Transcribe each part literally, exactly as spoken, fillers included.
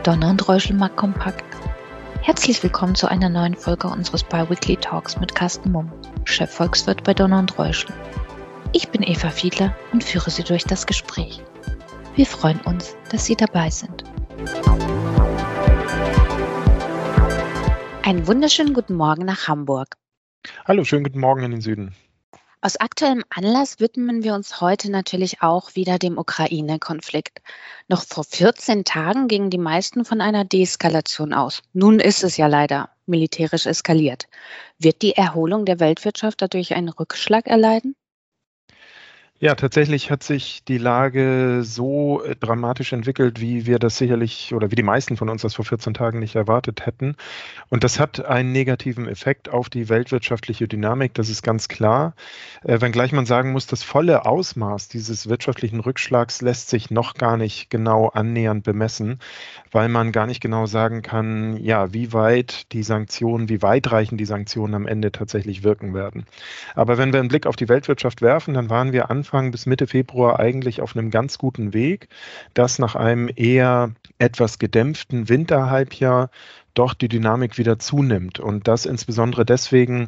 Donner und Reuschelmark kompakt. Herzlich willkommen zu einer neuen Folge unseres Bi-Weekly Talks mit Carsten Mumm, Chefvolkswirt bei Donner und Reuschel. Ich bin Eva Fiedler und führe Sie durch das Gespräch. Wir freuen uns, dass Sie dabei sind. Einen wunderschönen guten Morgen nach Hamburg. Hallo, schönen guten Morgen in den Süden. Aus aktuellem Anlass widmen wir uns heute natürlich auch wieder dem Ukraine-Konflikt. Noch vor vierzehn Tagen gingen die meisten von einer Deeskalation aus. Nun ist es ja leider militärisch eskaliert. Wird die Erholung der Weltwirtschaft dadurch einen Rückschlag erleiden? Ja, tatsächlich hat sich die Lage so äh, dramatisch entwickelt, wie wir das sicherlich oder wie die meisten von uns das vor vierzehn Tagen nicht erwartet hätten. Und das hat einen negativen Effekt auf die weltwirtschaftliche Dynamik, das ist ganz klar. Äh, wenngleich man sagen muss, das volle Ausmaß dieses wirtschaftlichen Rückschlags lässt sich noch gar nicht genau annähernd bemessen, weil man gar nicht genau sagen kann, ja, wie weit die Sanktionen, wie weitreichend die Sanktionen am Ende tatsächlich wirken werden. Aber wenn wir einen Blick auf die Weltwirtschaft werfen, dann waren wir Anfang bis Mitte Februar eigentlich auf einem ganz guten Weg, dass nach einem eher etwas gedämpften Winterhalbjahr doch die Dynamik wieder zunimmt. Und das insbesondere deswegen,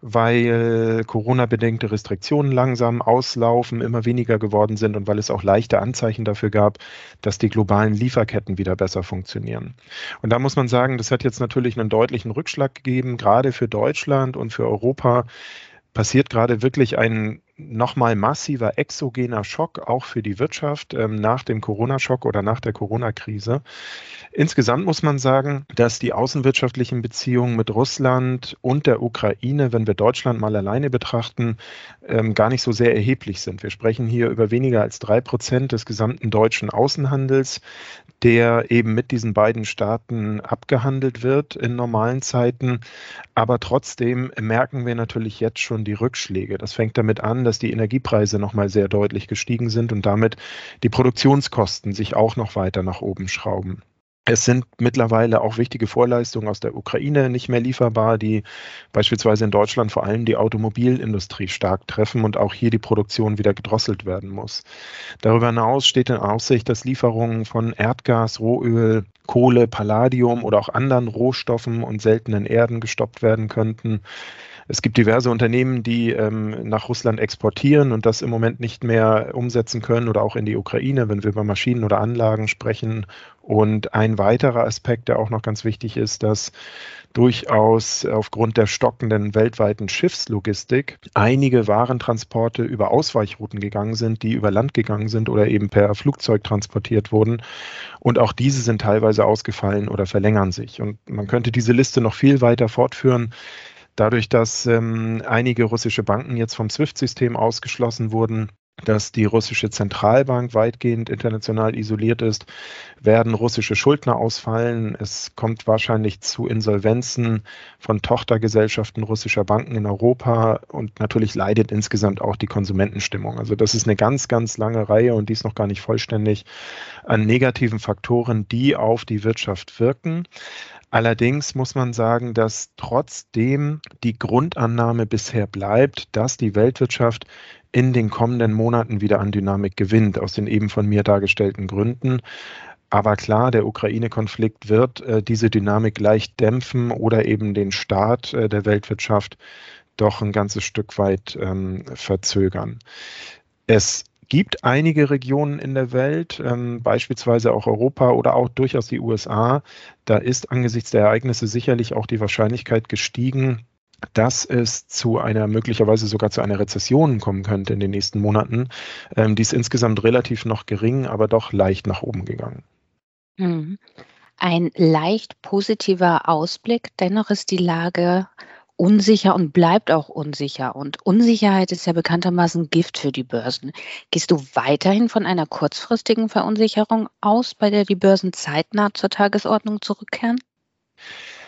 weil Corona-bedingte Restriktionen langsam auslaufen, immer weniger geworden sind und weil es auch leichte Anzeichen dafür gab, dass die globalen Lieferketten wieder besser funktionieren. Und da muss man sagen, das hat jetzt natürlich einen deutlichen Rückschlag gegeben, gerade für Deutschland und für Europa passiert gerade wirklich ein nochmal massiver exogener Schock, auch für die Wirtschaft ähm, nach dem Corona-Schock oder nach der Corona-Krise. Insgesamt muss man sagen, dass die außenwirtschaftlichen Beziehungen mit Russland und der Ukraine, wenn wir Deutschland mal alleine betrachten, ähm, gar nicht so sehr erheblich sind. Wir sprechen hier über weniger als drei Prozent des gesamten deutschen Außenhandels, der eben mit diesen beiden Staaten abgehandelt wird in normalen Zeiten. Aber trotzdem merken wir natürlich jetzt schon die Rückschläge. Das fängt damit an, dass die Energiepreise nochmal sehr deutlich gestiegen sind und damit die Produktionskosten sich auch noch weiter nach oben schrauben. Es sind mittlerweile auch wichtige Vorleistungen aus der Ukraine nicht mehr lieferbar, die beispielsweise in Deutschland vor allem die Automobilindustrie stark treffen und auch hier die Produktion wieder gedrosselt werden muss. Darüber hinaus steht in Aussicht, dass Lieferungen von Erdgas, Rohöl, Kohle, Palladium oder auch anderen Rohstoffen und seltenen Erden gestoppt werden könnten. Es gibt diverse Unternehmen, die ähm, nach Russland exportieren und das im Moment nicht mehr umsetzen können oder auch in die Ukraine, wenn wir über Maschinen oder Anlagen sprechen. Und ein weiterer Aspekt, der auch noch ganz wichtig ist, dass durchaus aufgrund der stockenden weltweiten Schiffslogistik einige Warentransporte über Ausweichrouten gegangen sind, die über Land gegangen sind oder eben per Flugzeug transportiert wurden. Und auch diese sind teilweise ausgefallen oder verlängern sich. Und man könnte diese Liste noch viel weiter fortführen. Dadurch, dass ähm, einige russische Banken jetzt vom SWIFT-System ausgeschlossen wurden, dass die russische Zentralbank weitgehend international isoliert ist, werden russische Schuldner ausfallen. Es kommt wahrscheinlich zu Insolvenzen von Tochtergesellschaften russischer Banken in Europa und natürlich leidet insgesamt auch die Konsumentenstimmung. Also das ist eine ganz, ganz lange Reihe und die ist noch gar nicht vollständig an negativen Faktoren, die auf die Wirtschaft wirken. Allerdings muss man sagen, dass trotzdem die Grundannahme bisher bleibt, dass die Weltwirtschaft in den kommenden Monaten wieder an Dynamik gewinnt, aus den eben von mir dargestellten Gründen. Aber klar, der Ukraine-Konflikt wird äh, diese Dynamik leicht dämpfen oder eben den Start äh, der Weltwirtschaft doch ein ganzes Stück weit ähm, verzögern. Es gibt einige Regionen in der Welt, ähm, beispielsweise auch Europa oder auch durchaus die U S A. Da ist angesichts der Ereignisse sicherlich auch die Wahrscheinlichkeit gestiegen, dass es zu einer, möglicherweise sogar zu einer Rezession kommen könnte in den nächsten Monaten. Ähm, die ist insgesamt relativ noch gering, aber doch leicht nach oben gegangen. Hm. Ein leicht positiver Ausblick, dennoch ist die Lage unsicher und bleibt auch unsicher. Und Unsicherheit ist ja bekanntermaßen Gift für die Börsen. Gehst du weiterhin von einer kurzfristigen Verunsicherung aus, bei der die Börsen zeitnah zur Tagesordnung zurückkehren?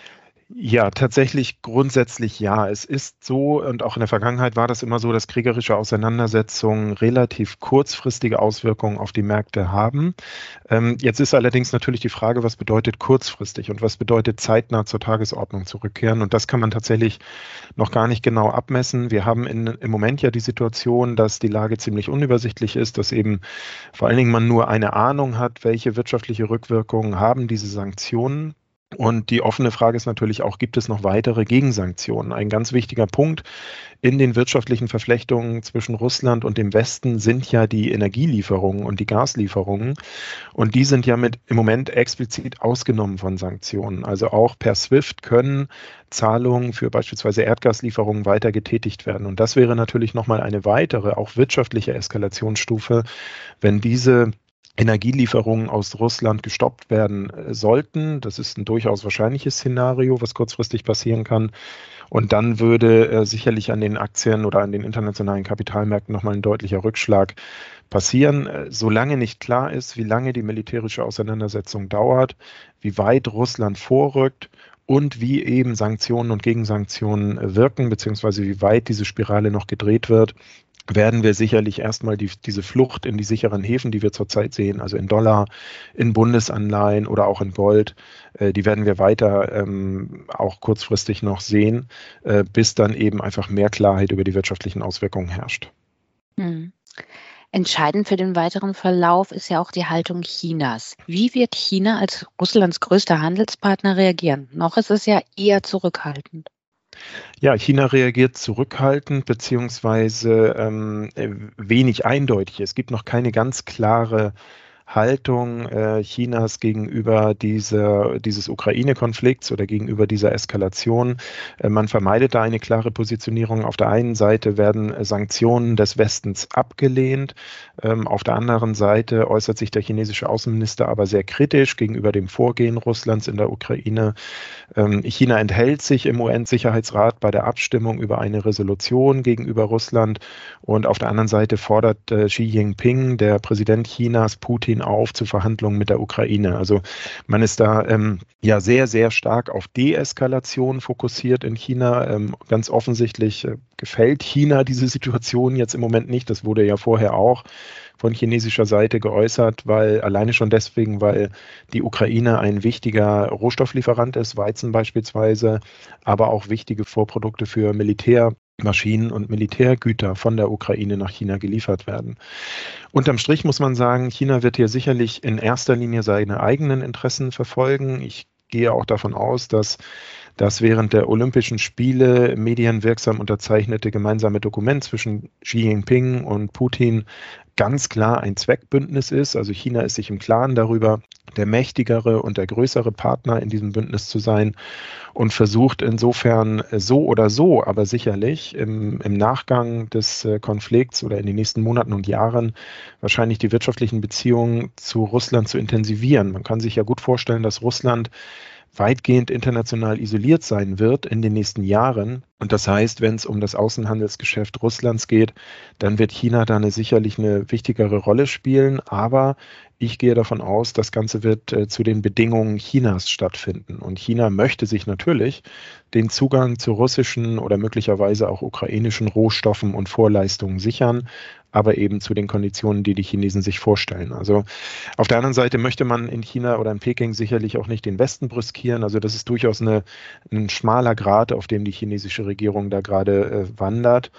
Ja, tatsächlich grundsätzlich ja. Es ist so, und auch in der Vergangenheit war das immer so, dass kriegerische Auseinandersetzungen relativ kurzfristige Auswirkungen auf die Märkte haben. Ähm, jetzt ist allerdings natürlich die Frage, was bedeutet kurzfristig und was bedeutet zeitnah zur Tagesordnung zurückkehren? Und das kann man tatsächlich noch gar nicht genau abmessen. Wir haben in, im Moment ja die Situation, dass die Lage ziemlich unübersichtlich ist, dass eben vor allen Dingen man nur eine Ahnung hat, welche wirtschaftliche Rückwirkungen haben diese Sanktionen. Und die offene Frage ist natürlich auch, gibt es noch weitere Gegensanktionen? Ein ganz wichtiger Punkt in den wirtschaftlichen Verflechtungen zwischen Russland und dem Westen sind ja die Energielieferungen und die Gaslieferungen. Und die sind ja mit im Moment explizit ausgenommen von Sanktionen. Also auch per SWIFT können Zahlungen für beispielsweise Erdgaslieferungen weiter getätigt werden. Und das wäre natürlich nochmal eine weitere, auch wirtschaftliche Eskalationsstufe, wenn diese Energielieferungen aus Russland gestoppt werden äh, sollten. Das ist ein durchaus wahrscheinliches Szenario, was kurzfristig passieren kann. Und dann würde äh, sicherlich an den Aktien oder an den internationalen Kapitalmärkten nochmal ein deutlicher Rückschlag passieren. Äh, solange nicht klar ist, wie lange die militärische Auseinandersetzung dauert, wie weit Russland vorrückt und wie eben Sanktionen und Gegensanktionen äh, wirken, beziehungsweise wie weit diese Spirale noch gedreht wird, werden wir sicherlich erstmal die, diese Flucht in die sicheren Häfen, die wir zurzeit sehen, also in Dollar, in Bundesanleihen oder auch in Gold, äh, die werden wir weiter ähm, auch kurzfristig noch sehen, äh, bis dann eben einfach mehr Klarheit über die wirtschaftlichen Auswirkungen herrscht. Hm. Entscheidend für den weiteren Verlauf ist ja auch die Haltung Chinas. Wie wird China als Russlands größter Handelspartner reagieren? Noch ist es ja eher zurückhaltend. Ja, China reagiert zurückhaltend beziehungsweise ähm, äh, wenig eindeutig. Es gibt noch keine ganz klare Haltung äh, Chinas gegenüber dieser, dieses Ukraine-Konflikts oder gegenüber dieser Eskalation. Äh, man vermeidet da eine klare Positionierung. Auf der einen Seite werden äh, Sanktionen des Westens abgelehnt. Ähm, auf der anderen Seite äußert sich der chinesische Außenminister aber sehr kritisch gegenüber dem Vorgehen Russlands in der Ukraine. Ähm, China enthält sich im U N-Sicherheitsrat bei der Abstimmung über eine Resolution gegenüber Russland. Und auf der anderen Seite fordert äh, Xi Jinping, der Präsident Chinas, Putin auf zu Verhandlungen mit der Ukraine. Also man ist da ähm, ja sehr, sehr stark auf Deeskalation fokussiert in China. Ähm, ganz offensichtlich äh, gefällt China diese Situation jetzt im Moment nicht. Das wurde ja vorher auch von chinesischer Seite geäußert, weil alleine schon deswegen, weil die Ukraine ein wichtiger Rohstofflieferant ist, Weizen beispielsweise, aber auch wichtige Vorprodukte für Militärmaschinen und Militärgüter von der Ukraine nach China geliefert werden. Unterm Strich muss man sagen, China wird hier sicherlich in erster Linie seine eigenen Interessen verfolgen. Ich gehe auch davon aus, dass das während der Olympischen Spiele medienwirksam unterzeichnete gemeinsame Dokument zwischen Xi Jinping und Putin ganz klar ein Zweckbündnis ist. Also China ist sich im Klaren darüber, der mächtigere und der größere Partner in diesem Bündnis zu sein und versucht insofern so oder so, aber sicherlich im, im Nachgang des Konflikts oder in den nächsten Monaten und Jahren wahrscheinlich die wirtschaftlichen Beziehungen zu Russland zu intensivieren. Man kann sich ja gut vorstellen, dass Russland weitgehend international isoliert sein wird in den nächsten Jahren. Und das heißt, wenn es um das Außenhandelsgeschäft Russlands geht, dann wird China da eine, sicherlich eine wichtigere Rolle spielen. Aber ich gehe davon aus, das Ganze wird äh, zu den Bedingungen Chinas stattfinden. Und China möchte sich natürlich den Zugang zu russischen oder möglicherweise auch ukrainischen Rohstoffen und Vorleistungen sichern, aber eben zu den Konditionen, die die Chinesen sich vorstellen. Also auf der anderen Seite möchte man in China oder in Peking sicherlich auch nicht den Westen brüskieren. Also das ist durchaus eine, ein schmaler Grat, auf dem die chinesische Regierung da gerade äh, wandert.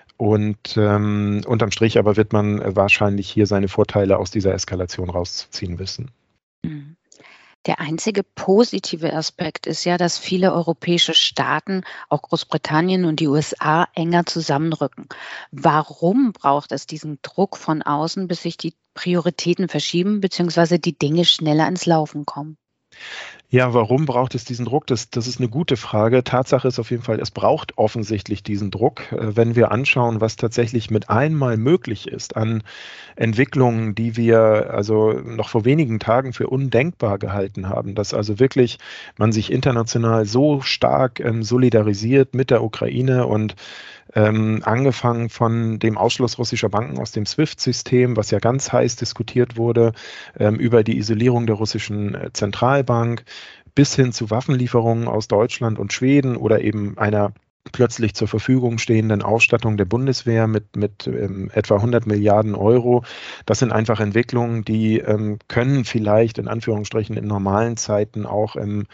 Und ähm, unterm Strich aber wird man äh, wahrscheinlich hier seine Vorteile aus dieser Eskalation rauszuziehen wissen. Mhm. Der einzige positive Aspekt ist ja, dass viele europäische Staaten, auch Großbritannien und die U S A, enger zusammenrücken. Warum braucht es diesen Druck von außen, bis sich die Prioritäten verschieben, beziehungsweise die Dinge schneller ins Laufen kommen? Ja, warum braucht es diesen Druck? Das, das ist eine gute Frage. Tatsache ist auf jeden Fall, es braucht offensichtlich diesen Druck. Äh, Wenn wir anschauen, was tatsächlich mit einmal möglich ist an Entwicklungen, die wir also noch vor wenigen Tagen für undenkbar gehalten haben, dass also wirklich man sich international so stark ähm, solidarisiert mit der Ukraine und ähm, angefangen von dem Ausschluss russischer Banken aus dem SWIFT-System, was ja ganz heiß diskutiert wurde, ähm, über die Isolierung der russischen äh, Zentralbank, bis hin zu Waffenlieferungen aus Deutschland und Schweden oder eben einer plötzlich zur Verfügung stehenden Ausstattung der Bundeswehr mit, mit ähm, etwa hundert Milliarden Euro. Das sind einfach Entwicklungen, die ähm, können vielleicht in Anführungsstrichen in normalen Zeiten auch im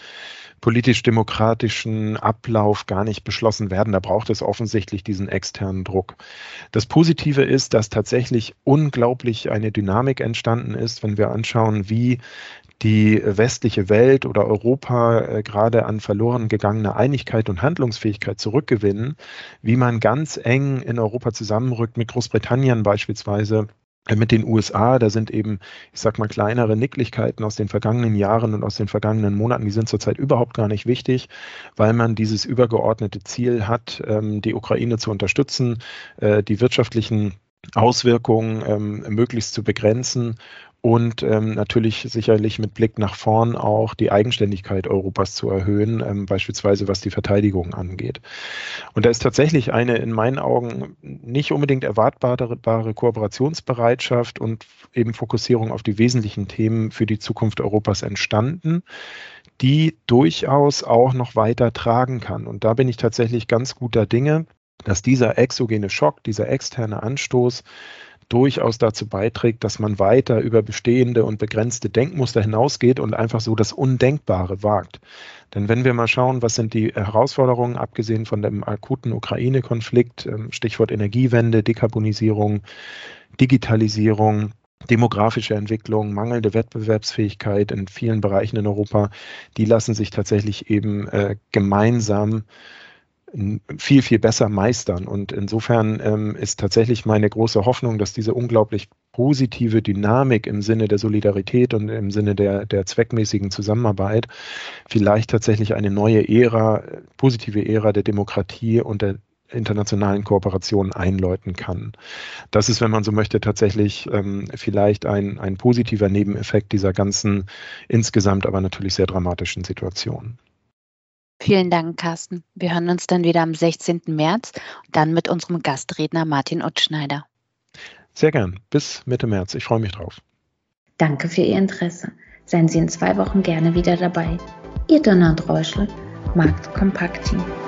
politisch-demokratischen Ablauf gar nicht beschlossen werden. Da braucht es offensichtlich diesen externen Druck. Das Positive ist, dass tatsächlich unglaublich eine Dynamik entstanden ist, wenn wir anschauen, wie die westliche Welt oder Europa äh, gerade an verloren gegangene Einigkeit und Handlungsfähigkeit zurückgewinnen, wie man ganz eng in Europa zusammenrückt, mit Großbritannien beispielsweise, äh, mit den U S A. Da sind eben, ich sag mal, kleinere Nicklichkeiten aus den vergangenen Jahren und aus den vergangenen Monaten, die sind zurzeit überhaupt gar nicht wichtig, weil man dieses übergeordnete Ziel hat, ähm, die Ukraine zu unterstützen, äh, die wirtschaftlichen Auswirkungen ähm, möglichst zu begrenzen und ähm, natürlich sicherlich mit Blick nach vorn auch die Eigenständigkeit Europas zu erhöhen, ähm, beispielsweise was die Verteidigung angeht. Und da ist tatsächlich eine in meinen Augen nicht unbedingt erwartbare Kooperationsbereitschaft und eben Fokussierung auf die wesentlichen Themen für die Zukunft Europas entstanden, die durchaus auch noch weiter tragen kann. Und da bin ich tatsächlich ganz guter Dinge, dass dieser exogene Schock, dieser externe Anstoß durchaus dazu beiträgt, dass man weiter über bestehende und begrenzte Denkmuster hinausgeht und einfach so das Undenkbare wagt. Denn wenn wir mal schauen, was sind die Herausforderungen, abgesehen von dem akuten Ukraine-Konflikt, Stichwort Energiewende, Dekarbonisierung, Digitalisierung, demografische Entwicklung, mangelnde Wettbewerbsfähigkeit in vielen Bereichen in Europa, die lassen sich tatsächlich eben äh, gemeinsam viel, viel besser meistern. Und insofern ähm, ist tatsächlich meine große Hoffnung, dass diese unglaublich positive Dynamik im Sinne der Solidarität und im Sinne der, der zweckmäßigen Zusammenarbeit vielleicht tatsächlich eine neue Ära, positive Ära der Demokratie und der internationalen Kooperation einläuten kann. Das ist, wenn man so möchte, tatsächlich ähm, vielleicht ein, ein positiver Nebeneffekt dieser ganzen, insgesamt aber natürlich sehr dramatischen Situation. Vielen Dank, Carsten. Wir hören uns dann wieder am sechzehnten März, dann mit unserem Gastredner Martin Utzschneider. Sehr gern. Bis Mitte März. Ich freue mich drauf. Danke für Ihr Interesse. Seien Sie in zwei Wochen gerne wieder dabei. Ihr Donner und Reuschel, Markt Kompakt Team.